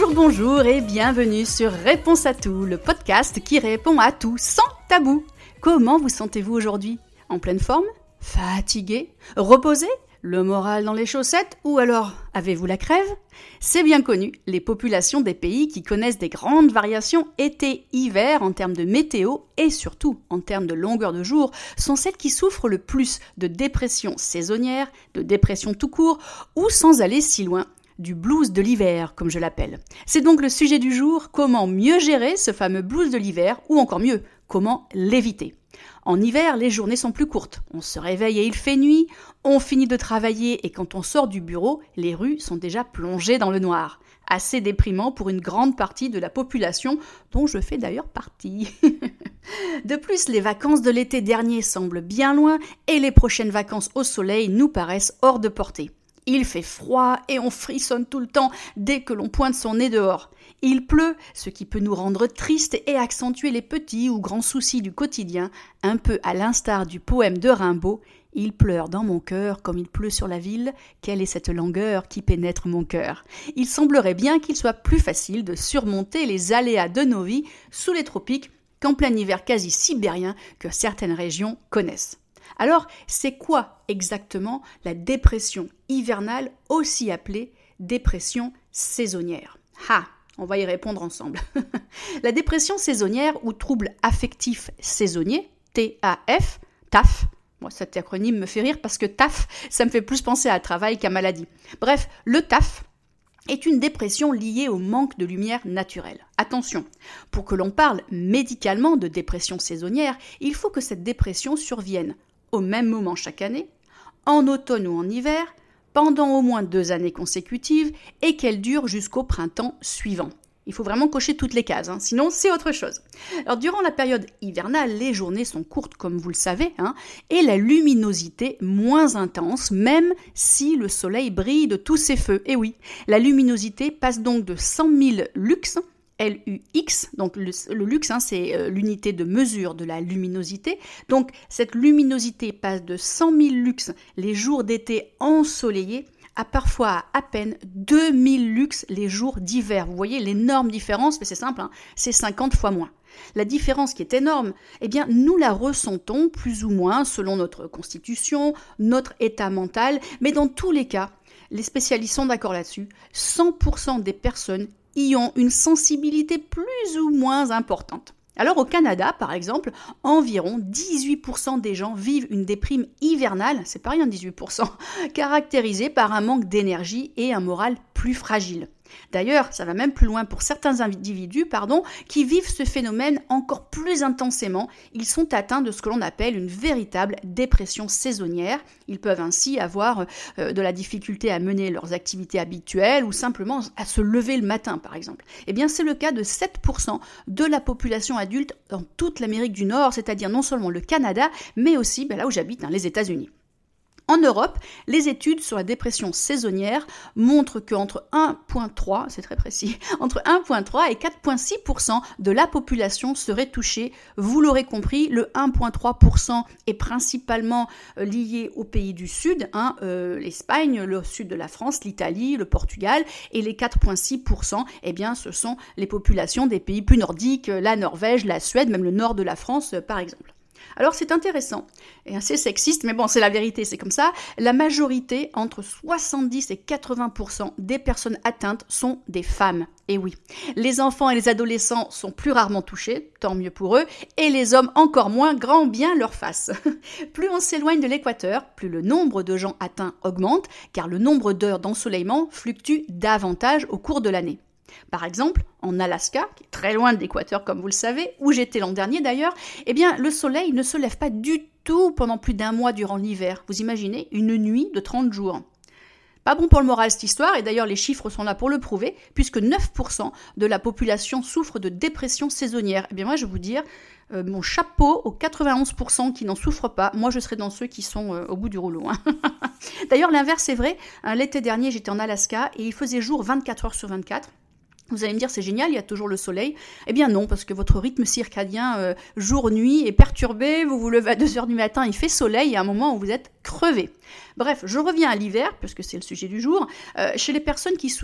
Bonjour et bienvenue sur Réponse à tout, le podcast qui répond à tout sans tabou. Comment vous sentez-vous aujourd'hui ? En pleine forme ? Fatigué ? Reposé ? Le moral dans les chaussettes ? Ou alors, avez-vous la crève ? C'est bien connu, les populations des pays qui connaissent des grandes variations été-hiver en termes de météo et surtout en termes de longueur de jour sont celles qui souffrent le plus de dépression saisonnière, de dépression tout court ou sans aller si loin, du blues de l'hiver, comme je l'appelle. C'est donc le sujet du jour, comment mieux gérer ce fameux blues de l'hiver, ou encore mieux, comment l'éviter. En hiver, les journées sont plus courtes. On se réveille et il fait nuit, on finit de travailler et quand on sort du bureau, les rues sont déjà plongées dans le noir. Assez déprimant pour une grande partie de la population, dont je fais d'ailleurs partie. De plus, les vacances de l'été dernier semblent bien loin et les prochaines vacances au soleil nous paraissent hors de portée. Il fait froid et on frissonne tout le temps dès que l'on pointe son nez dehors. Il pleut, ce qui peut nous rendre tristes et accentuer les petits ou grands soucis du quotidien, un peu à l'instar du poème de Rimbaud. Il pleure dans mon cœur comme il pleut sur la ville, quelle est cette langueur qui pénètre mon cœur ? Il semblerait bien qu'il soit plus facile de surmonter les aléas de nos vies sous les tropiques qu'en plein hiver quasi sibérien que certaines régions connaissent. Alors, c'est quoi exactement la dépression hivernale, aussi appelée dépression saisonnière ? On va y répondre ensemble. La dépression saisonnière ou trouble affectif saisonnier, TAF, TAF, moi cet acronyme me fait rire parce que TAF, ça me fait plus penser à travail qu'à maladie. Bref, le TAF est une dépression liée au manque de lumière naturelle. Attention, pour que l'on parle médicalement de dépression saisonnière, il faut que cette dépression survienne au même moment chaque année, en automne ou en hiver, pendant au moins 2 années consécutives et qu'elle dure jusqu'au printemps suivant. Il faut vraiment cocher toutes les cases, sinon c'est autre chose. Alors durant la période hivernale, les journées sont courtes comme vous le savez, et la luminosité moins intense, même si le soleil brille de tous ses feux. Et oui, la luminosité passe donc de 100 000 lux, LUX, donc le lux, c'est l'unité de mesure de la luminosité. Donc cette luminosité passe de 100 000 lux les jours d'été ensoleillés à parfois à peine 2000 lux les jours d'hiver. Vous voyez l'énorme différence, mais c'est simple, c'est 50 fois moins. La différence qui est énorme, nous la ressentons plus ou moins selon notre constitution, notre état mental, mais dans tous les cas, les spécialistes sont d'accord là-dessus, 100% des personnes y ont une sensibilité plus ou moins importante. Alors au Canada, par exemple, environ 18% des gens vivent une déprime hivernale, c'est pas rien 18%, caractérisée par un manque d'énergie et un moral plus fragile. D'ailleurs, ça va même plus loin pour certains individus qui vivent ce phénomène encore plus intensément. Ils sont atteints de ce que l'on appelle une véritable dépression saisonnière. Ils peuvent ainsi avoir de la difficulté à mener leurs activités habituelles ou simplement à se lever le matin, par exemple. C'est le cas de 7% de la population adulte dans toute l'Amérique du Nord, c'est-à-dire non seulement le Canada, mais aussi là où j'habite, les États-Unis. En Europe, les études sur la dépression saisonnière montrent qu'entre 1,3, c'est très précis, entre 1,3 et 4,6% de la population serait touchée. Vous l'aurez compris, le 1,3% est principalement lié aux pays du Sud, l'Espagne, le sud de la France, l'Italie, le Portugal, et les 4,6%, ce sont les populations des pays plus nordiques, la Norvège, la Suède, même le nord de la France, par exemple. Alors c'est intéressant et assez sexiste, mais bon, c'est la vérité, c'est comme ça. La majorité, entre 70 et 80% des personnes atteintes sont des femmes. Et oui, les enfants et les adolescents sont plus rarement touchés, tant mieux pour eux, et les hommes encore moins, grand bien leur face. Plus on s'éloigne de l'équateur, plus le nombre de gens atteints augmente, car le nombre d'heures d'ensoleillement fluctue davantage au cours de l'année. Par exemple, en Alaska, qui est très loin de l'équateur comme vous le savez, où j'étais l'an dernier d'ailleurs, le soleil ne se lève pas du tout pendant plus d'1 mois durant l'hiver. Vous imaginez, une nuit de 30 jours. Pas bon pour le moral cette histoire, et d'ailleurs les chiffres sont là pour le prouver, puisque 9% de la population souffre de dépression saisonnière. Moi je vais vous dire, mon chapeau aux 91% qui n'en souffrent pas, moi je serai dans ceux qui sont au bout du rouleau. D'ailleurs l'inverse est vrai, l'été dernier j'étais en Alaska et il faisait jour 24 heures sur 24. Vous allez me dire, c'est génial, il y a toujours le soleil. Eh bien non, parce que votre rythme circadien jour-nuit est perturbé, vous vous levez à 2h du matin, il fait soleil, et à un moment où vous êtes crevé. Bref, je reviens à l'hiver, puisque c'est le sujet du jour, chez les personnes qui souffrent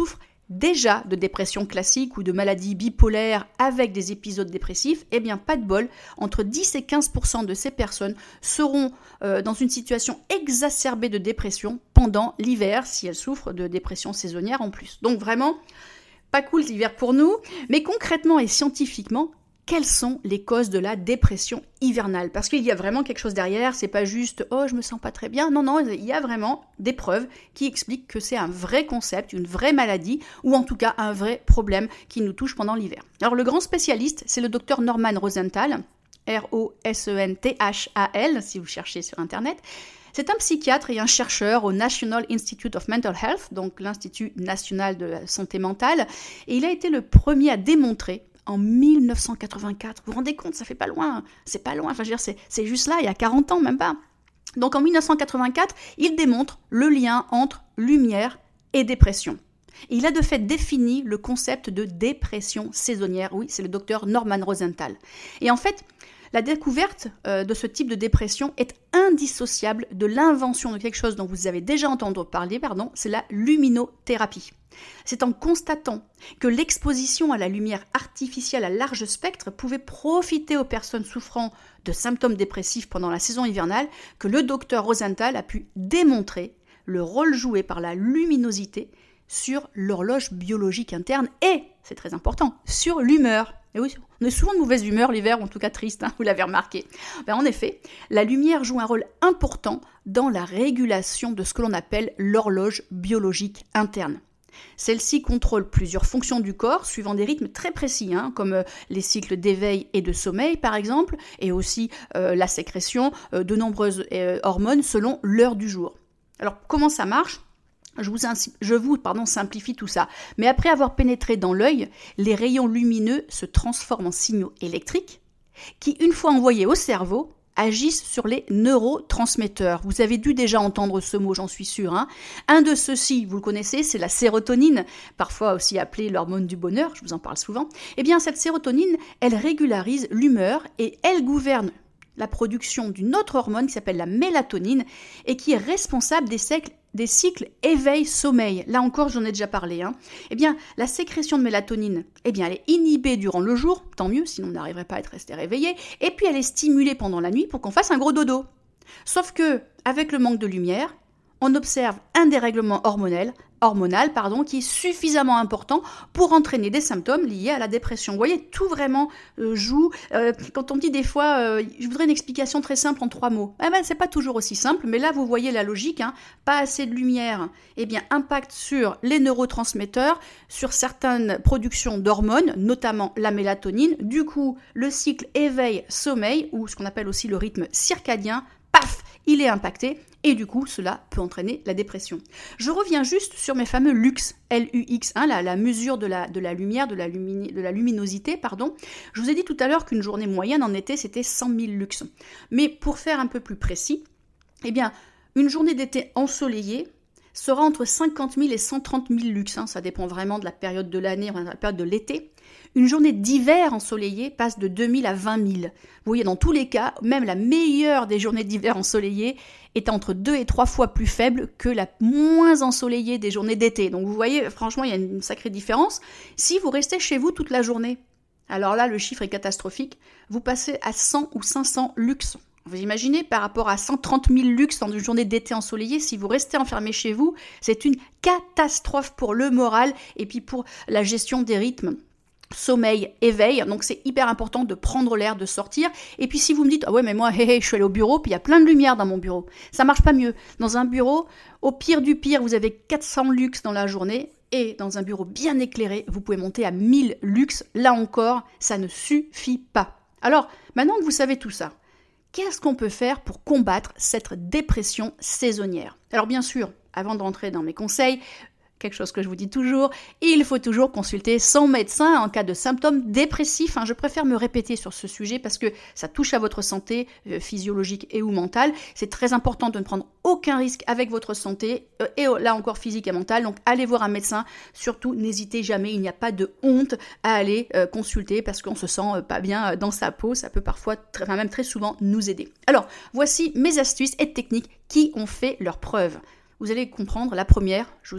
déjà de dépression classique ou de maladie bipolaire avec des épisodes dépressifs, eh bien pas de bol, entre 10 et 15% de ces personnes seront dans une situation exacerbée de dépression pendant l'hiver si elles souffrent de dépression saisonnière en plus. Donc vraiment, pas cool l'hiver pour nous, mais concrètement et scientifiquement, quelles sont les causes de la dépression hivernale? Parce qu'il y a vraiment quelque chose derrière, c'est pas juste « oh, je me sens pas très bien ». Non, il y a vraiment des preuves qui expliquent que c'est un vrai concept, une vraie maladie, ou en tout cas un vrai problème qui nous touche pendant l'hiver. Alors le grand spécialiste, c'est le docteur Norman Rosenthal, Rosenthal, si vous cherchez sur Internet. C'est un psychiatre et un chercheur au National Institute of Mental Health, donc l'Institut national de la santé mentale, et il a été le premier à démontrer en 1984. Vous vous rendez compte, ça fait pas loin, c'est pas loin, enfin je veux dire, c'est juste là, il y a 40 ans, même pas. Donc en 1984, il démontre le lien entre lumière et dépression. Et il a de fait défini le concept de dépression saisonnière. Oui, c'est le docteur Norman Rosenthal. Et en fait, la découverte de ce type de dépression est indissociable de l'invention de quelque chose dont vous avez déjà entendu parler, c'est la luminothérapie. C'est en constatant que l'exposition à la lumière artificielle à large spectre pouvait profiter aux personnes souffrant de symptômes dépressifs pendant la saison hivernale que le docteur Rosenthal a pu démontrer le rôle joué par la luminosité sur l'horloge biologique interne et, c'est très important, sur l'humeur. Et oui, on est souvent de mauvaise humeur l'hiver, ou en tout cas triste, vous l'avez remarqué. En effet, la lumière joue un rôle important dans la régulation de ce que l'on appelle l'horloge biologique interne. Celle-ci contrôle plusieurs fonctions du corps suivant des rythmes très précis, comme les cycles d'éveil et de sommeil par exemple, et aussi la sécrétion de nombreuses hormones selon l'heure du jour. Alors comment ça marche ? Je vous simplifie tout ça. Mais après avoir pénétré dans l'œil, les rayons lumineux se transforment en signaux électriques qui, une fois envoyés au cerveau, agissent sur les neurotransmetteurs. Vous avez dû déjà entendre ce mot, j'en suis sûre. Un de ceux-ci, vous le connaissez, c'est la sérotonine, parfois aussi appelée l'hormone du bonheur, je vous en parle souvent. Eh bien, cette sérotonine, elle régularise l'humeur et elle gouverne la production d'une autre hormone qui s'appelle la mélatonine et qui est responsable des cycles éveil-sommeil. Là encore, j'en ai déjà parlé. Eh bien, la sécrétion de mélatonine, elle est inhibée durant le jour, tant mieux, sinon on n'arriverait pas à être resté réveillé, et puis elle est stimulée pendant la nuit pour qu'on fasse un gros dodo. Sauf que, avec le manque de lumière, on observe un dérèglement hormonal qui est suffisamment important pour entraîner des symptômes liés à la dépression. Vous voyez, tout vraiment joue. Quand on dit des fois, je voudrais une explication très simple en 3 mots. C'est pas toujours aussi simple, mais là, vous voyez la logique. Pas assez de lumière, impact sur les neurotransmetteurs, sur certaines productions d'hormones, notamment la mélatonine. Du coup, le cycle éveil-sommeil, ou ce qu'on appelle aussi le rythme circadien, paf, il est impacté et du coup, cela peut entraîner la dépression. Je reviens juste sur mes fameux lux, L-U-X, la mesure de la lumière, de la luminosité, pardon. Je vous ai dit tout à l'heure qu'une journée moyenne en été, c'était 100 000 lux. Mais pour faire un peu plus précis, une journée d'été ensoleillée sera entre 50 000 et 130 000 lux. Ça dépend vraiment de la période de l'année, de la période de l'été. Une journée d'hiver ensoleillée passe de 2 000 à 20 000. Vous voyez, dans tous les cas, même la meilleure des journées d'hiver ensoleillées est entre 2 et 3 fois plus faible que la moins ensoleillée des journées d'été. Donc vous voyez, franchement, il y a une sacrée différence. Si vous restez chez vous toute la journée, alors là, le chiffre est catastrophique. Vous passez à 100 ou 500 lux. Vous imaginez, par rapport à 130 000 lux dans une journée d'été ensoleillée, si vous restez enfermé chez vous, c'est une catastrophe pour le moral et puis pour la gestion des rythmes. Sommeil, éveil, donc c'est hyper important de prendre l'air, de sortir. Et puis si vous me dites, ah ouais mais moi, je suis allée au bureau, puis il y a plein de lumière dans mon bureau. Ça marche pas mieux. Dans un bureau, au pire du pire, vous avez 400 lux dans la journée, et dans un bureau bien éclairé, vous pouvez monter à 1000 lux. Là encore, ça ne suffit pas. Alors, maintenant que vous savez tout ça, qu'est-ce qu'on peut faire pour combattre cette dépression saisonnière ? Alors bien sûr, avant de rentrer dans mes conseils, quelque chose que je vous dis toujours, il faut toujours consulter son médecin en cas de symptômes dépressifs. Je préfère me répéter sur ce sujet parce que ça touche à votre santé physiologique et ou mentale. C'est très important de ne prendre aucun risque avec votre santé, et là encore physique et mentale. Donc allez voir un médecin. Surtout, n'hésitez jamais, il n'y a pas de honte à aller consulter parce qu'on se sent pas bien dans sa peau. Ça peut parfois, même très souvent, nous aider. Alors, voici mes astuces et techniques qui ont fait leurs preuves. Vous allez comprendre, la première, je vous ai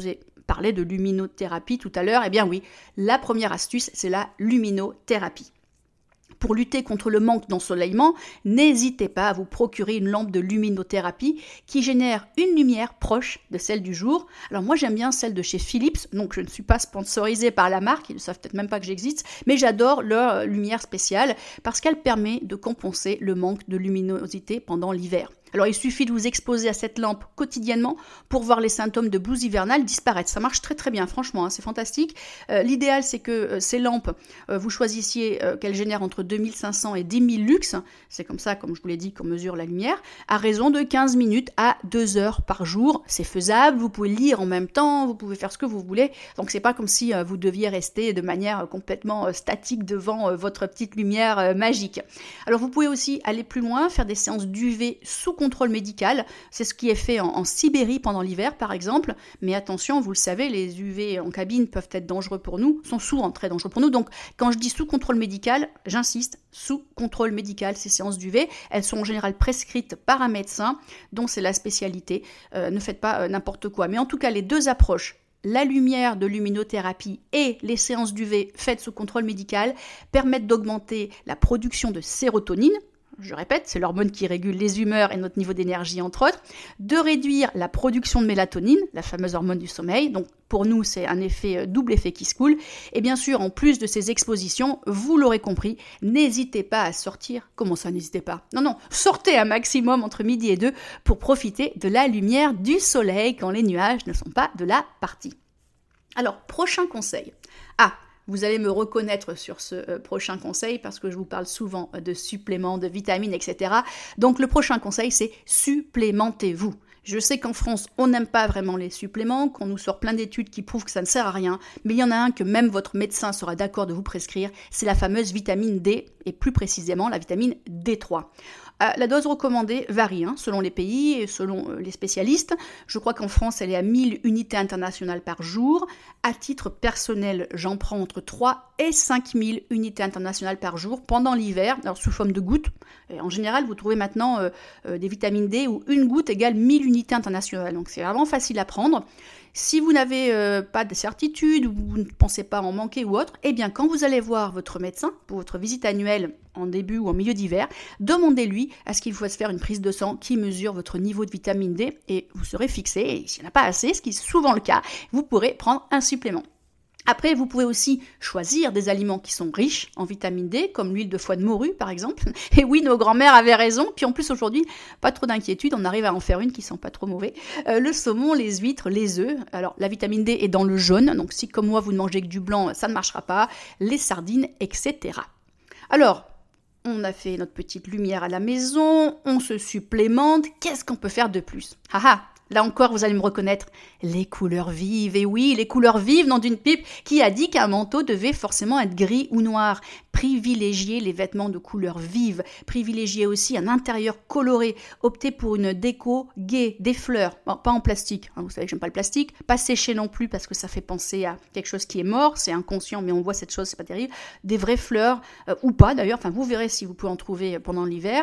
parlait de luminothérapie tout à l'heure. Eh bien oui, la première astuce, c'est la luminothérapie. Pour lutter contre le manque d'ensoleillement, n'hésitez pas à vous procurer une lampe de luminothérapie qui génère une lumière proche de celle du jour. Alors moi j'aime bien celle de chez Philips, donc je ne suis pas sponsorisée par la marque, ils ne savent peut-être même pas que j'existe, mais j'adore leur lumière spéciale parce qu'elle permet de compenser le manque de luminosité pendant l'hiver. Alors il suffit de vous exposer à cette lampe quotidiennement pour voir les symptômes de blues hivernale disparaître. Ça marche très très bien, franchement, c'est fantastique. L'idéal c'est que ces lampes, vous choisissiez qu'elles génèrent entre 2500 et 10 000 lux. C'est comme ça, comme je vous l'ai dit, qu'on mesure la lumière, à raison de 15 minutes à 2 heures par jour. C'est faisable, vous pouvez lire en même temps, vous pouvez faire ce que vous voulez. Donc c'est pas comme si vous deviez rester de manière complètement statique devant votre petite lumière magique. Alors vous pouvez aussi aller plus loin, faire des séances d'UV sous contrôle médical. C'est ce qui est fait en Sibérie pendant l'hiver, par exemple. Mais attention, vous le savez, les UV en cabine peuvent être dangereux pour nous, sont souvent très dangereux pour nous. Donc, quand je dis sous contrôle médical, j'insiste, sous contrôle médical, ces séances d'UV, elles sont en général prescrites par un médecin dont c'est la spécialité. Ne faites pas n'importe quoi. Mais en tout cas, les deux approches, la lumière de luminothérapie et les séances d'UV faites sous contrôle médical, permettent d'augmenter la production de sérotonine. Je répète, c'est l'hormone qui régule les humeurs et notre niveau d'énergie, entre autres, de réduire la production de mélatonine, la fameuse hormone du sommeil. Donc, pour nous, c'est un double effet qui se coule. Et bien sûr, en plus de ces expositions, vous l'aurez compris, n'hésitez pas à sortir. Comment ça, n'hésitez pas ? Non, sortez un maximum entre midi et 2 pour profiter de la lumière du soleil quand les nuages ne sont pas de la partie. Alors, prochain conseil. Vous allez me reconnaître sur ce prochain conseil parce que je vous parle souvent de suppléments, de vitamines, etc. Donc le prochain conseil, c'est supplémentez-vous. Je sais qu'en France, on n'aime pas vraiment les suppléments, qu'on nous sort plein d'études qui prouvent que ça ne sert à rien, mais il y en a un que même votre médecin sera d'accord de vous prescrire, c'est la fameuse vitamine D, et plus précisément la vitamine D3. La dose recommandée varie selon les pays et selon les spécialistes. Je crois qu'en France, elle est à 1000 unités internationales par jour. À titre personnel, j'en prends entre 3 et 5000 unités internationales par jour pendant l'hiver, alors sous forme de gouttes. Et en général, vous trouvez maintenant des vitamines D où une goutte égale 1000 unités internationales. Donc c'est vraiment facile à prendre. Si vous n'avez pas de certitude ou vous ne pensez pas en manquer ou autre, eh bien quand vous allez voir votre médecin pour votre visite annuelle en début ou en milieu d'hiver, demandez-lui à ce qu'il fasse faire une prise de sang qui mesure votre niveau de vitamine D et vous serez fixé. Et s'il n'y en a pas assez, ce qui est souvent le cas, vous pourrez prendre un supplément. Après, vous pouvez aussi choisir des aliments qui sont riches en vitamine D, comme l'huile de foie de morue, par exemple. Et oui, nos grands-mères avaient raison. Puis en plus, aujourd'hui, pas trop d'inquiétude, on arrive à en faire une qui sent pas trop mauvais. Le saumon, les huîtres, les œufs. Alors, la vitamine D est dans le jaune, donc si comme moi, vous ne mangez que du blanc, ça ne marchera pas. Les sardines, etc. Alors, on a fait notre petite lumière à la maison, on se supplémente. Qu'est-ce qu'on peut faire de plus ? Là encore, vous allez me reconnaître, les couleurs vives. Et oui, les couleurs vives, nom d'une pipe, qui a dit qu'un manteau devait forcément être gris ou noir. Privilégiez les vêtements de couleurs vives. Privilégiez aussi un intérieur coloré. Optez pour une déco gaie, des fleurs. Bon, pas en plastique, vous savez que j'aime pas le plastique. Pas séché non plus parce que ça fait penser à quelque chose qui est mort. C'est inconscient, mais on voit cette chose, c'est pas terrible. Des vraies fleurs, ou pas d'ailleurs. Enfin, vous verrez si vous pouvez en trouver pendant l'hiver.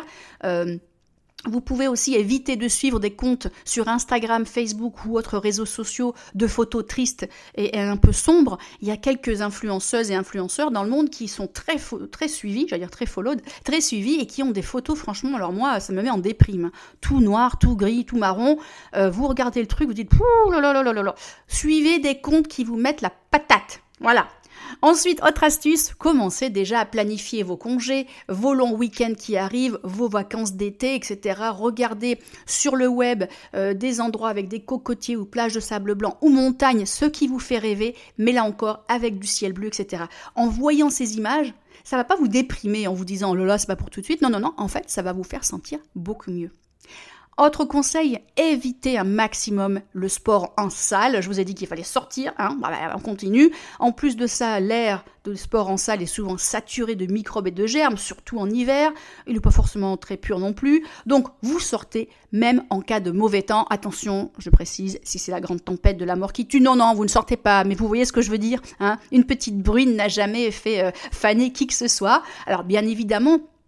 Vous pouvez aussi éviter de suivre des comptes sur Instagram, Facebook ou autres réseaux sociaux de photos tristes et un peu sombres. Il y a quelques influenceuses et influenceurs dans le monde qui sont très suivis, j'allais dire très followed, très suivis et qui ont des photos, franchement, alors moi, ça me met en déprime. Tout noir, tout gris, tout marron. Vous regardez le truc, vous dites, ouh là là là là là. Suivez des comptes qui vous mettent la patate. Voilà. Ensuite, autre astuce, commencez déjà à planifier vos congés, vos longs week-ends qui arrivent, vos vacances d'été, etc. Regardez sur le web des endroits avec des cocotiers ou plages de sable blanc ou montagnes, ce qui vous fait rêver, mais là encore avec du ciel bleu, etc. En voyant ces images, ça ne va pas vous déprimer en vous disant « Oh là là, c'est pas pour tout de suite ». Non, en fait, ça va vous faire sentir beaucoup mieux. Autre conseil, évitez un maximum le sport en salle. Je vous ai dit qu'il fallait sortir, on continue. En plus de ça, l'air de sport en salle est souvent saturé de microbes et de germes, surtout en hiver. Il n'est pas forcément très pur non plus. Donc, vous sortez même en cas de mauvais temps. Attention, je précise, si c'est la grande tempête de la mort qui tue, non, vous ne sortez pas. Mais vous voyez ce que je veux dire, Une petite bruine n'a jamais fait faner qui que ce soit. Alors, bien évidemment,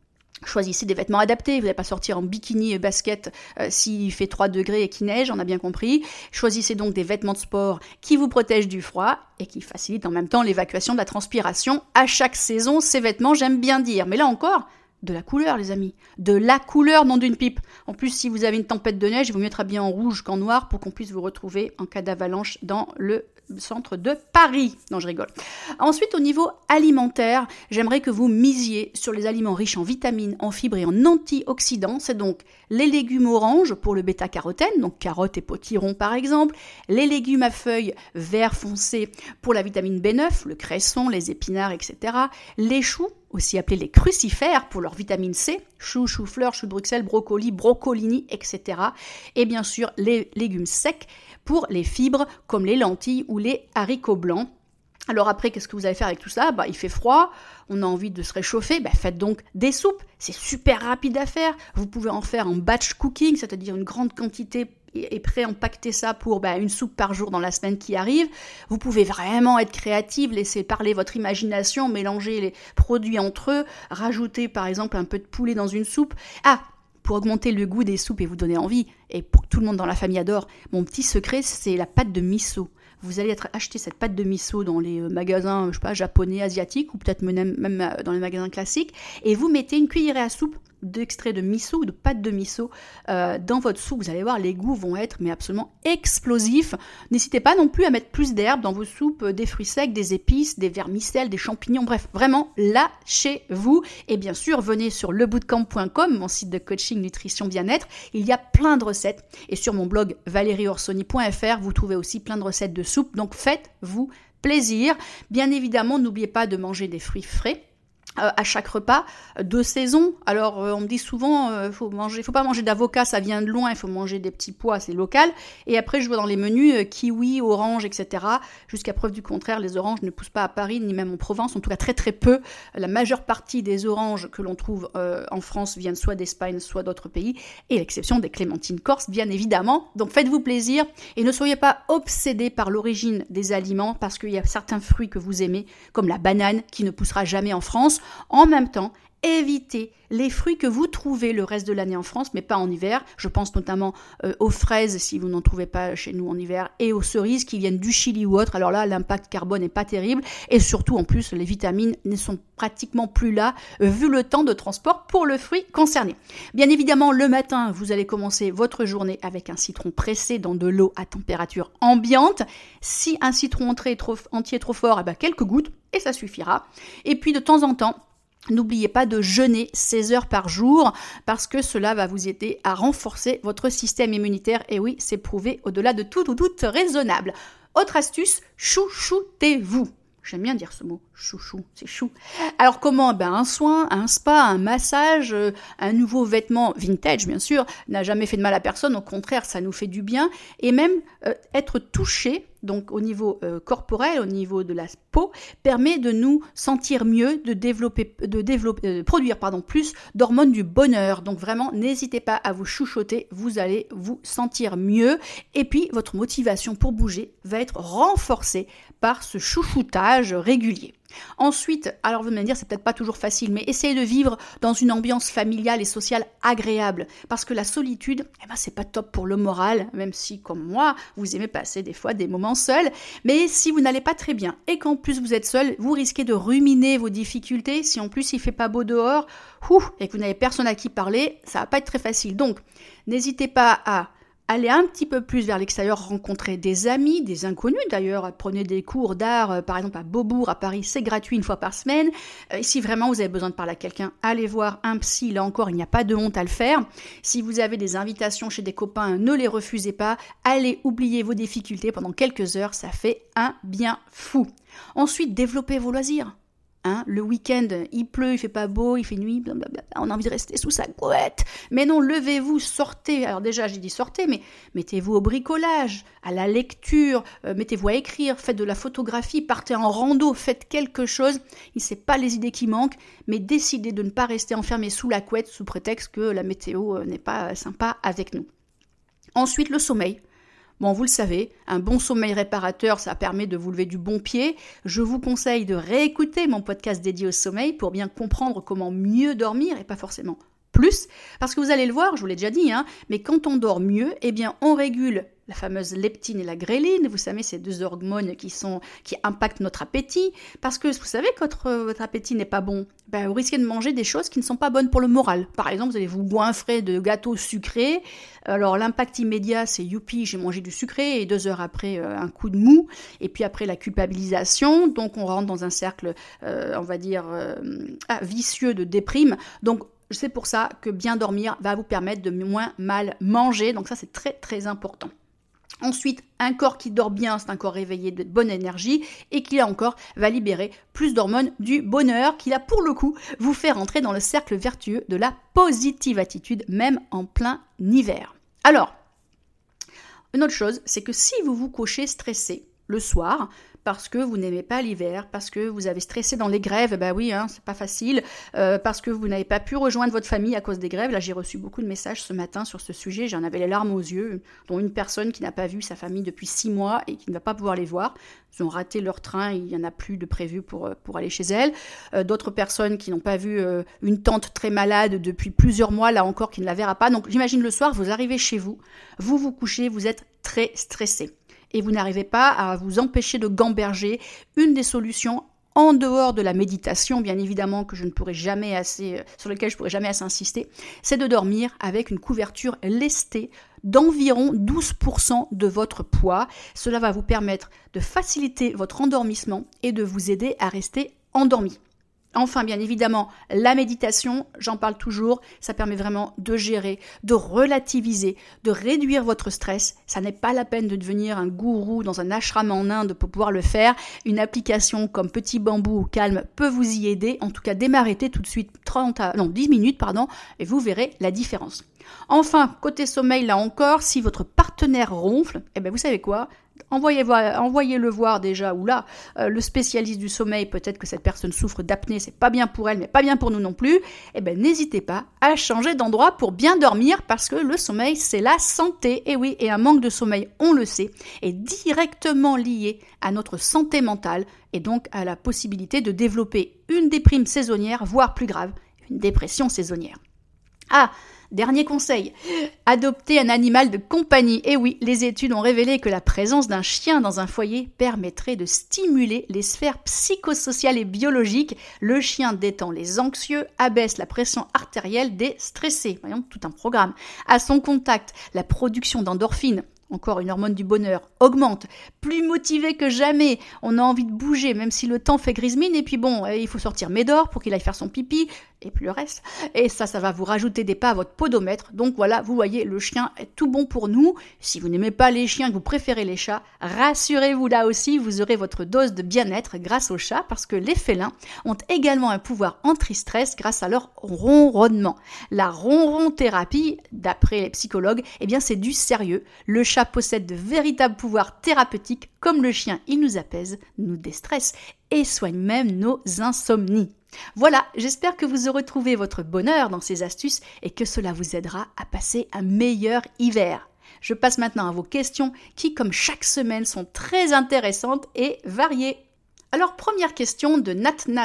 Choisissez des vêtements adaptés, vous n'allez pas sortir en bikini et basket s'il fait 3 degrés et qu'il neige, on a bien compris. Choisissez donc des vêtements de sport qui vous protègent du froid et qui facilitent en même temps l'évacuation de la transpiration à chaque saison. Ces vêtements, j'aime bien dire. Mais là encore, de la couleur, les amis. De la couleur, non d'une pipe. En plus, si vous avez une tempête de neige, il vaut mieux être habillé en rouge qu'en noir pour qu'on puisse vous retrouver en cas d'avalanche dans le centre de Paris. Non, je rigole. Ensuite, au niveau alimentaire, j'aimerais que vous misiez sur les aliments riches en vitamines, en fibres et en antioxydants. C'est donc les légumes oranges pour le bêta-carotène, donc carottes et potirons par exemple, les légumes à feuilles vert foncé pour la vitamine B9, le cresson, les épinards, etc. Les choux, aussi appelés les crucifères pour leur vitamine C, choux, choux-fleurs, choux de Bruxelles, brocolis, broccolini, etc. Et bien sûr, les légumes secs pour les fibres comme les lentilles ou les haricots blancs. Alors après, qu'est-ce que vous allez faire avec tout ça ? Il fait froid, on a envie de se réchauffer, faites donc des soupes. C'est super rapide à faire. Vous pouvez en faire en batch cooking, c'est-à-dire une grande quantité et pré-empaqueter ça pour une soupe par jour dans la semaine qui arrive. Vous pouvez vraiment être créative, laisser parler votre imagination, mélanger les produits entre eux, rajouter par exemple un peu de poulet dans une soupe. Pour augmenter le goût des soupes et vous donner envie, et pour que tout le monde dans la famille adore, mon petit secret, c'est la pâte de miso. Vous allez acheter cette pâte de miso dans les magasins, japonais, asiatiques, ou peut-être même dans les magasins classiques, et vous mettez une cuillerée à soupe d'extrait de miso ou de pâte de miso dans votre soupe. Vous allez voir, les goûts vont être absolument explosifs. N'hésitez pas non plus à mettre plus d'herbes dans vos soupes, des fruits secs, des épices, des vermicelles, des champignons, bref, vraiment, lâchez-vous. Et bien sûr, venez sur lebootcamp.com, mon site de coaching, nutrition, bien-être. Il y a plein de recettes. Et sur mon blog valérieorsoni.fr, vous trouvez aussi plein de recettes de soupe. Donc faites-vous plaisir. Bien évidemment, n'oubliez pas de manger des fruits frais à chaque repas de saison. Alors on me dit souvent faut pas manger d'avocat, ça vient de loin, il faut manger des petits pois, c'est local. Et après je vois dans les menus kiwi, orange, etc. Jusqu'à preuve du contraire, les oranges ne poussent pas à Paris ni même en Provence, en tout cas très très peu. La majeure partie des oranges que l'on trouve en France viennent soit d'Espagne, soit d'autres pays, et à l'exception des clémentines corses, bien évidemment. Donc faites-vous plaisir et ne soyez pas obsédés par l'origine des aliments, parce qu'il y a certains fruits que vous aimez, comme la banane qui ne poussera jamais en France. En même temps, évitez les fruits que vous trouvez le reste de l'année en France, mais pas en hiver. Je pense notamment aux fraises, si vous n'en trouvez pas chez nous en hiver, et aux cerises qui viennent du Chili ou autre. Alors là, l'impact carbone n'est pas terrible. Et surtout, en plus, les vitamines ne sont pratiquement plus là, vu le temps de transport pour le fruit concerné. Bien évidemment, le matin, vous allez commencer votre journée avec un citron pressé dans de l'eau à température ambiante. Si un citron entier est trop fort, quelques gouttes, et ça suffira. Et puis, de temps en temps, n'oubliez pas de jeûner 16 heures par jour, parce que cela va vous aider à renforcer votre système immunitaire. Et oui, c'est prouvé au-delà de tout doute raisonnable. Autre astuce, chouchoutez-vous. J'aime bien dire ce mot, chouchou, c'est chou. Alors comment ? Un soin, un spa, un massage, un nouveau vêtement vintage, bien sûr, n'a jamais fait de mal à personne, au contraire, ça nous fait du bien. Et même être touché, donc au niveau corporel, au niveau de la peau, permet de nous sentir mieux, de produire plus d'hormones du bonheur. Donc vraiment, n'hésitez pas à vous chouchouter, vous allez vous sentir mieux. Et puis, votre motivation pour bouger va être renforcée par ce chouchoutage régulier. Ensuite, alors vous allez me dire, c'est peut-être pas toujours facile, mais essayez de vivre dans une ambiance familiale et sociale agréable, parce que la solitude, c'est pas top pour le moral, même si, comme moi, vous aimez passer des fois des moments seuls. Mais si vous n'allez pas très bien et qu'en plus vous êtes seul, vous risquez de ruminer vos difficultés. Si en plus il fait pas beau dehors, et que vous n'avez personne à qui parler, ça va pas être très facile. Donc, n'hésitez pas à aller un petit peu plus vers l'extérieur, rencontrer des amis, des inconnus d'ailleurs, prenez des cours d'art, par exemple à Beaubourg, à Paris, c'est gratuit une fois par semaine. Si vraiment vous avez besoin de parler à quelqu'un, allez voir un psy, là encore, il n'y a pas de honte à le faire. Si vous avez des invitations chez des copains, ne les refusez pas, allez oublier vos difficultés pendant quelques heures, ça fait un bien fou. Ensuite, développez vos loisirs. Le week-end, il pleut, il fait pas beau, il fait nuit, blablabla, on a envie de rester sous sa couette. Mais non, levez-vous, sortez. Alors déjà, j'ai dit sortez, mais mettez-vous au bricolage, à la lecture, mettez-vous à écrire, faites de la photographie, partez en rando, faites quelque chose. Il ne pas les idées qui manquent, mais décidez de ne pas rester enfermé sous la couette sous prétexte que la météo n'est pas sympa avec nous. Ensuite, le sommeil. Bon, vous le savez, un bon sommeil réparateur, ça permet de vous lever du bon pied. Je vous conseille de réécouter mon podcast dédié au sommeil pour bien comprendre comment mieux dormir et pas forcément plus. Parce que vous allez le voir, je vous l'ai déjà dit, mais quand on dort mieux, eh bien, on régule la fameuse leptine et la gréline. Vous savez, ces deux hormones qui impactent notre appétit. Parce que vous savez que votre appétit n'est pas bon. Vous risquez de manger des choses qui ne sont pas bonnes pour le moral. Par exemple, vous allez vous goinfrer de gâteaux sucrés. Alors, l'impact immédiat, c'est youpi, j'ai mangé du sucré, et 2 heures après, un coup de mou. Et puis après, la culpabilisation. Donc, on rentre dans un cercle, vicieux de déprime. Donc, c'est pour ça que bien dormir va vous permettre de moins mal manger. Donc ça, c'est très, très important. Ensuite, un corps qui dort bien, c'est un corps réveillé de bonne énergie et qui, là encore, va libérer plus d'hormones du bonheur qui, là, pour le coup, vous fait rentrer dans le cercle vertueux de la positive attitude, même en plein hiver. Alors, une autre chose, c'est que si vous vous couchez stressé le soir, parce que vous n'aimez pas l'hiver, parce que vous avez stressé dans les grèves, c'est pas facile, parce que vous n'avez pas pu rejoindre votre famille à cause des grèves. Là, j'ai reçu beaucoup de messages ce matin sur ce sujet, j'en avais les larmes aux yeux, dont une personne qui n'a pas vu sa famille depuis 6 mois et qui ne va pas pouvoir les voir. Ils ont raté leur train, il n'y en a plus de prévu pour aller chez elles. D'autres personnes qui n'ont pas vu une tante très malade depuis plusieurs mois, là encore, qui ne la verra pas. Donc, j'imagine le soir, vous arrivez chez vous, vous vous couchez, vous êtes très stressé. Et vous n'arrivez pas à vous empêcher de gamberger. Une des solutions, en dehors de la méditation, bien évidemment, sur lequel je pourrais jamais assez insister, c'est de dormir avec une couverture lestée d'environ 12% de votre poids. Cela va vous permettre de faciliter votre endormissement et de vous aider à rester endormi. Enfin, bien évidemment, la méditation, j'en parle toujours, ça permet vraiment de gérer, de relativiser, de réduire votre stress. Ça n'est pas la peine de devenir un gourou dans un ashram en Inde pour pouvoir le faire. Une application comme Petit Bambou ou Calm peut vous y aider. En tout cas, démarrez tout de suite 10 minutes, et vous verrez la différence. Enfin, côté sommeil, là encore, si votre partenaire ronfle, vous savez quoi ? Envoyez-le voir déjà, ou là, le spécialiste du sommeil, peut-être que cette personne souffre d'apnée, c'est pas bien pour elle, mais pas bien pour nous non plus, n'hésitez pas à changer d'endroit pour bien dormir, parce que le sommeil, c'est la santé, et oui, et un manque de sommeil, on le sait, est directement lié à notre santé mentale, et donc à la possibilité de développer une déprime saisonnière, voire plus grave, une dépression saisonnière. Dernier conseil, adopter un animal de compagnie. Et oui, les études ont révélé que la présence d'un chien dans un foyer permettrait de stimuler les sphères psychosociales et biologiques. Le chien détend les anxieux, abaisse la pression artérielle des stressés. Voyons, tout un programme. À son contact, la production d'endorphines, encore une hormone du bonheur, augmente, plus motivé que jamais, on a envie de bouger, même si le temps fait grise-mine, et puis il faut sortir Médor pour qu'il aille faire son pipi, et puis le reste, et ça va vous rajouter des pas à votre podomètre, donc voilà, vous voyez, le chien est tout bon pour nous. Si vous n'aimez pas les chiens, que vous préférez les chats, rassurez-vous, là aussi, vous aurez votre dose de bien-être grâce aux chats, parce que les félins ont également un pouvoir anti-stress grâce à leur ronronnement. La ronron-thérapie, d'après les psychologues, c'est du sérieux. Le chat possède de véritables pouvoirs thérapeutiques, comme le chien, il nous apaise, nous déstresse et soigne même nos insomnies. Voilà, j'espère que vous aurez trouvé votre bonheur dans ces astuces et que cela vous aidera à passer un meilleur hiver. Je passe maintenant à vos questions qui, comme chaque semaine, sont très intéressantes et variées. Alors, première question de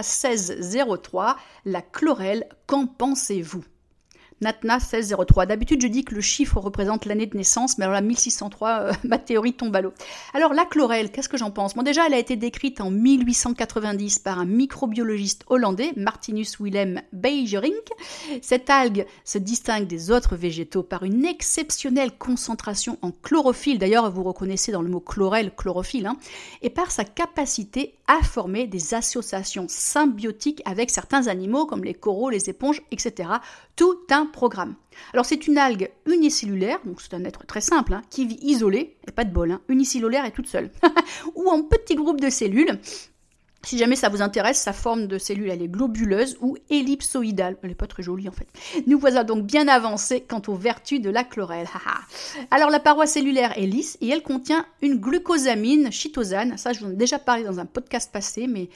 Natna1603, la chlorelle, qu'en pensez-vous ? Natna 1603. D'habitude, je dis que le chiffre représente l'année de naissance, mais alors là, 1603, ma théorie tombe à l'eau. Alors, la chlorelle, qu'est-ce que j'en pense ? Bon, déjà, elle a été décrite en 1890 par un microbiologiste hollandais, Martinus Willem Beijerinck. Cette algue se distingue des autres végétaux par une exceptionnelle concentration en chlorophylle. D'ailleurs, vous reconnaissez dans le mot chlorelle, chlorophylle, et par sa capacité à former des associations symbiotiques avec certains animaux, comme les coraux, les éponges, etc. Tout un programme. Alors c'est une algue unicellulaire, donc c'est un être très simple, qui vit isolé, et pas de bol, unicellulaire et toute seule, ou en petits groupes de cellules. Si jamais ça vous intéresse, sa forme de cellule, elle est globuleuse ou ellipsoïdale. Elle n'est pas très jolie en fait. Nous voilà donc bien avancés quant aux vertus de la chlorelle. Alors la paroi cellulaire est lisse et elle contient une glucosamine chitosane. Ça, je vous en ai déjà parlé dans un podcast passé, mais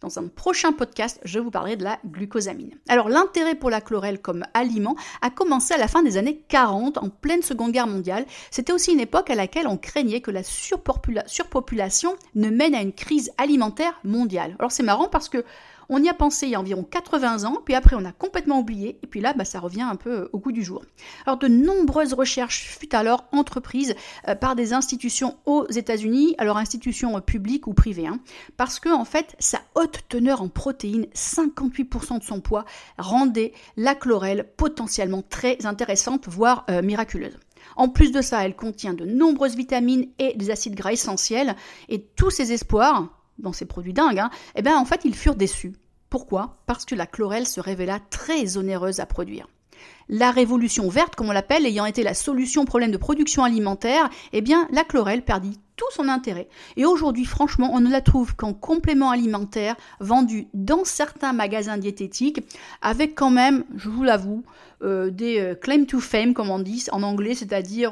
Dans un prochain podcast, je vous parlerai de la glucosamine. Alors l'intérêt pour la chlorelle comme aliment a commencé à la fin des années 40, en pleine Seconde Guerre mondiale. C'était aussi une époque à laquelle on craignait que la surpopulation ne mène à une crise alimentaire mondiale. Alors c'est marrant parce que on y a pensé il y a environ 80 ans, puis après on a complètement oublié, et puis là, ça revient un peu au goût du jour. Alors de nombreuses recherches furent alors entreprises par des institutions aux États-Unis, alors institutions publiques ou privées, parce que en fait, sa haute teneur en protéines, 58% de son poids, rendait la chlorelle potentiellement très intéressante, voire miraculeuse. En plus de ça, elle contient de nombreuses vitamines et des acides gras essentiels, et tous ces espoirs dans ces produits dingues, en fait, ils furent déçus. Pourquoi ? Parce que la chlorelle se révéla très onéreuse à produire. La révolution verte, comme on l'appelle, ayant été la solution au problème de production alimentaire, la chlorelle perdit tout son intérêt. Et aujourd'hui, franchement, on ne la trouve qu'en complément alimentaire, vendu dans certains magasins diététiques, avec quand même, je vous l'avoue, des claim to fame, comme on dit en anglais, c'est-à-dire,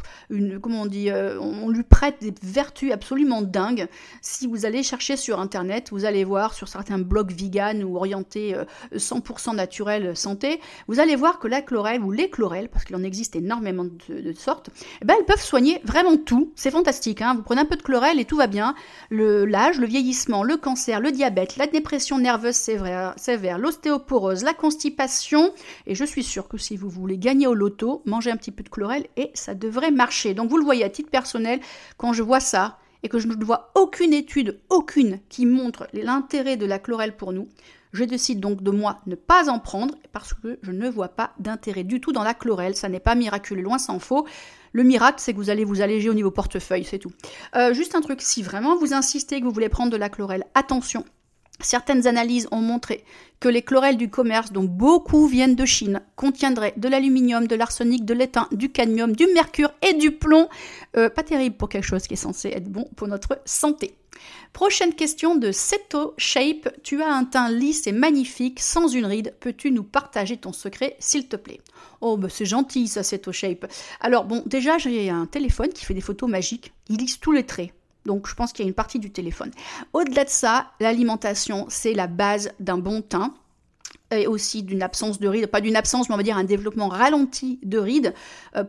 on lui prête des vertus absolument dingues. Si vous allez chercher sur Internet, vous allez voir sur certains blogs vegan ou orientés 100% naturel santé, vous allez voir que la chlorelle ou les chlorelles, parce qu'il en existe énormément de sortes, elles peuvent soigner vraiment tout. C'est fantastique, Vous prenez un peu de chlorelle et tout va bien. L'âge, le vieillissement, le cancer, le diabète, la dépression nerveuse sévère, l'ostéoporose, la constipation. Et je suis sûre que si vous voulez gagner au loto, mangez un petit peu de chlorelle et ça devrait marcher. Donc vous le voyez à titre personnel, quand je vois ça et que je ne vois aucune étude, qui montre l'intérêt de la chlorelle pour nous, je décide donc de moi ne pas en prendre parce que je ne vois pas d'intérêt du tout dans la chlorelle. Ça n'est pas miraculeux, loin s'en faut. Le miracle, c'est que vous allez vous alléger au niveau portefeuille, c'est tout. Juste un truc, si vraiment vous insistez que vous voulez prendre de la chlorelle, attention. Certaines analyses ont montré que les chlorelles du commerce, dont beaucoup viennent de Chine, contiendraient de l'aluminium, de l'arsenic, de l'étain, du cadmium, du mercure et du plomb. Pas terrible pour quelque chose qui est censé être bon pour notre santé. Prochaine question de Seto Shape. Tu as un teint lisse et magnifique, sans une ride. Peux-tu nous partager ton secret, s'il te plaît ? Oh, c'est gentil ça, Seto Shape. Alors déjà, j'ai un téléphone qui fait des photos magiques. Il lisse tous les traits. Donc, je pense qu'il y a une partie du téléphone. Au-delà de ça, l'alimentation, c'est la base d'un bon teint et aussi d'une absence de rides. Pas d'une absence, mais on va dire un développement ralenti de rides. Pourquoi ?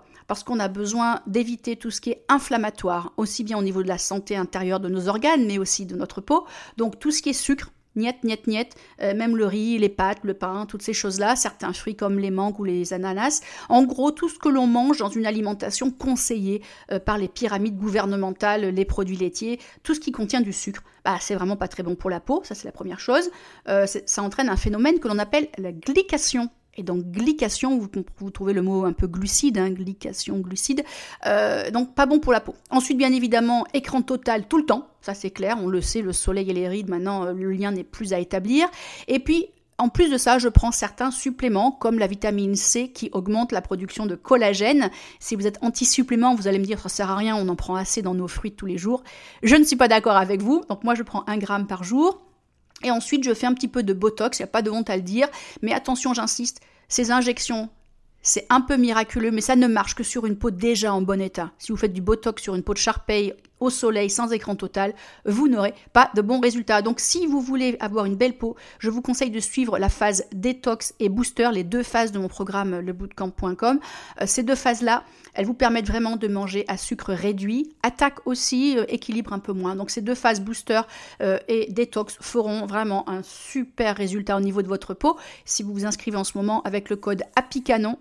Parce qu'on a besoin d'éviter tout ce qui est inflammatoire, aussi bien au niveau de la santé intérieure de nos organes, mais aussi de notre peau. Donc, tout ce qui est sucre, niet, même le riz, les pâtes, le pain, toutes ces choses-là, certains fruits comme les mangues ou les ananas. En gros, tout ce que l'on mange dans une alimentation conseillée par les pyramides gouvernementales, les produits laitiers, tout ce qui contient du sucre, c'est vraiment pas très bon pour la peau, ça c'est la première chose. Ça entraîne un phénomène que l'on appelle la glycation. Et donc glycation, vous trouvez le mot un peu glucide, glycation, glucide, donc pas bon pour la peau. Ensuite, bien évidemment, écran total tout le temps, ça c'est clair, on le sait, le soleil et les rides, maintenant le lien n'est plus à établir. Et puis, en plus de ça, je prends certains suppléments comme la vitamine C qui augmente la production de collagène. Si vous êtes anti-supplément, vous allez me dire ça sert à rien, on en prend assez dans nos fruits tous les jours. Je ne suis pas d'accord avec vous, donc moi je prends 1 gramme par jour. Et ensuite, je fais un petit peu de Botox, il n'y a pas de honte à le dire. Mais attention, j'insiste, ces injections, c'est un peu miraculeux, mais ça ne marche que sur une peau déjà en bon état. Si vous faites du Botox sur une peau de Shar-Pei au soleil, sans écran total, vous n'aurez pas de bons résultats. Donc, si vous voulez avoir une belle peau, je vous conseille de suivre la phase détox et booster, les 2 phases de mon programme lebootcamp.com. Ces 2 phases-là, elles vous permettent vraiment de manger à sucre réduit. Attaque aussi, équilibre un peu moins. Donc, ces 2 phases booster et détox feront vraiment un super résultat au niveau de votre peau. Si vous vous inscrivez en ce moment avec le code HAPPYCANON,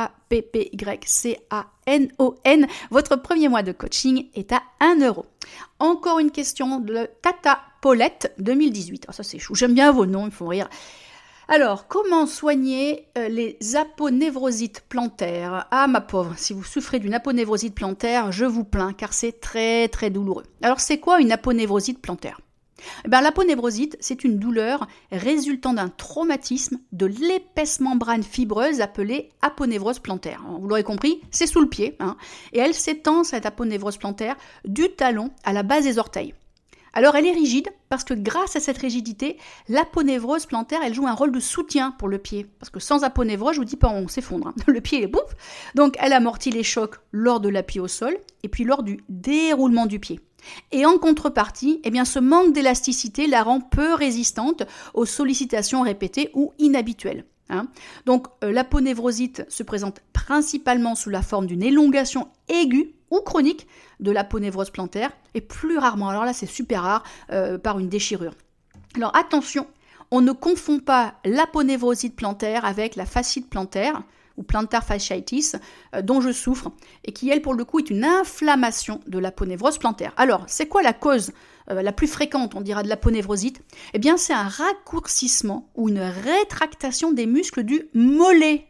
HAPPYCANON, votre premier mois de coaching est à 1 €. Encore une question de Tata Paulette 2018. Ça c'est chou, j'aime bien vos noms, ils me font rire. Alors, comment soigner les aponevrosites plantaires ? Ah ma pauvre, si vous souffrez d'une aponevrosite plantaire, je vous plains car c'est très très douloureux. Alors c'est quoi une aponevrosite plantaire ? L'aponevrosite, c'est une douleur résultant d'un traumatisme de l'épaisse membrane fibreuse appelée aponévrose plantaire. Alors, vous l'aurez compris, c'est sous le pied, et elle s'étend, cette aponévrose plantaire, du talon à la base des orteils. Alors elle est rigide parce que grâce à cette rigidité, l'aponévrose plantaire, elle joue un rôle de soutien pour le pied. Parce que sans aponévrose, je vous dis pas, on s'effondre. Hein. Le pied est bouf. Donc elle amortit les chocs lors de l'appui au sol et puis lors du déroulement du pied. Et en contrepartie, ce manque d'élasticité la rend peu résistante aux sollicitations répétées ou inhabituelles. Donc l'aponévrosite se présente principalement sous la forme d'une élongation aiguë ou chronique de l'aponévrose plantaire et plus rarement, alors là c'est super rare, par une déchirure. Alors attention, on ne confond pas l'aponévrosite plantaire avec la fasciite plantaire ou plantar fasciitis dont je souffre et qui elle pour le coup est une inflammation de l'aponévrose plantaire. Alors c'est quoi la cause la plus fréquente, on dira, de l'aponévrosite? C'est un raccourcissement ou une rétractation des muscles du mollet.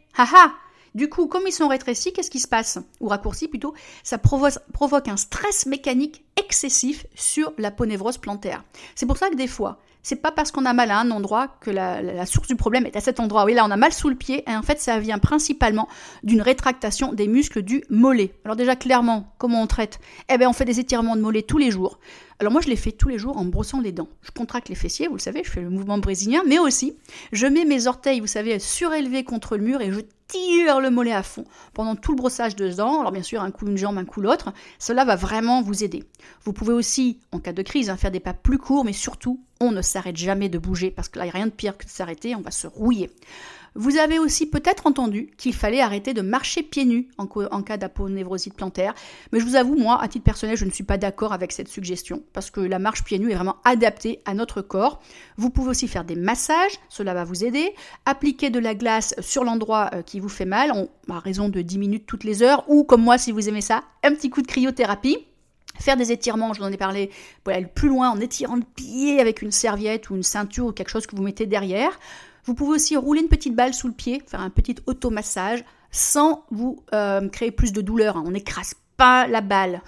Du coup, comme ils sont rétrécis, qu'est-ce qui se passe? Ou raccourcis plutôt, ça provoque un stress mécanique excessif sur l'aponévrose plantaire. C'est pour ça que des fois, c'est pas parce qu'on a mal à un endroit que la source du problème est à cet endroit. Oui, là, on a mal sous le pied et en fait, ça vient principalement d'une rétractation des muscles du mollet. Alors déjà, clairement, comment on traite? On fait des étirements de mollet tous les jours. Alors moi, je les fais tous les jours en me brossant les dents. Je contracte les fessiers, vous le savez, je fais le mouvement brésilien, mais aussi, je mets mes orteils, vous savez, surélevés contre le mur et je tire le mollet à fond pendant tout le brossage de dents. Alors bien sûr, un coup une jambe, un coup l'autre. Cela va vraiment vous aider. Vous pouvez aussi, en cas de crise, faire des pas plus courts, mais surtout, on ne s'arrête jamais de bouger parce que là, il n'y a rien de pire que de s'arrêter, on va se rouiller. Vous avez aussi peut-être entendu qu'il fallait arrêter de marcher pieds nus en cas d'aponévrosite plantaire. Mais je vous avoue, moi, à titre personnel, je ne suis pas d'accord avec cette suggestion parce que la marche pieds nus est vraiment adaptée à notre corps. Vous pouvez aussi faire des massages, cela va vous aider. Appliquer de la glace sur l'endroit qui vous fait mal, à raison de 10 minutes toutes les heures. Ou comme moi, si vous aimez ça, un petit coup de cryothérapie. Faire des étirements, je vous en ai parlé, pour aller plus loin en étirant le pied avec une serviette ou une ceinture ou quelque chose que vous mettez derrière. Vous pouvez aussi rouler une petite balle sous le pied, faire un petit automassage sans vous créer plus de douleur. On n'écrase pas la balle.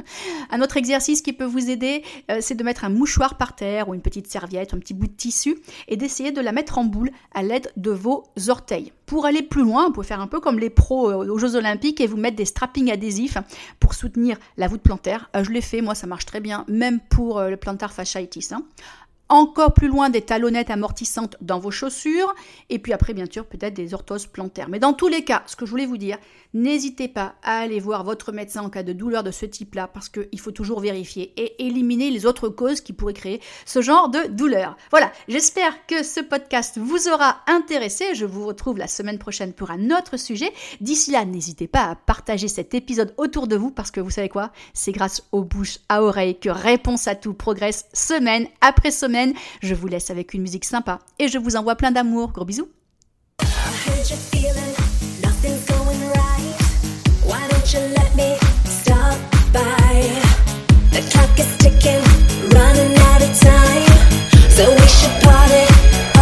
Un autre exercice qui peut vous aider, c'est de mettre un mouchoir par terre ou une petite serviette, un petit bout de tissu et d'essayer de la mettre en boule à l'aide de vos orteils. Pour aller plus loin, vous pouvez faire un peu comme les pros aux Jeux Olympiques et vous mettre des strappings adhésifs pour soutenir la voûte plantaire. Je l'ai fait, moi ça marche très bien, même pour le plantar fasciitis. Encore plus loin, des talonnettes amortissantes dans vos chaussures, et puis après, bien sûr, peut-être des orthoses plantaires. Mais dans tous les cas, ce que je voulais vous dire, n'hésitez pas à aller voir votre médecin en cas de douleur de ce type-là, parce qu'il faut toujours vérifier et éliminer les autres causes qui pourraient créer ce genre de douleur. Voilà, j'espère que ce podcast vous aura intéressé. Je vous retrouve la semaine prochaine pour un autre sujet. D'ici là, n'hésitez pas à partager cet épisode autour de vous, parce que vous savez quoi? C'est grâce aux bouches à oreille que Réponse à tout progresse semaine après semaine. Je vous laisse avec une musique sympa et je vous envoie plein d'amour. Gros bisous. So we should party.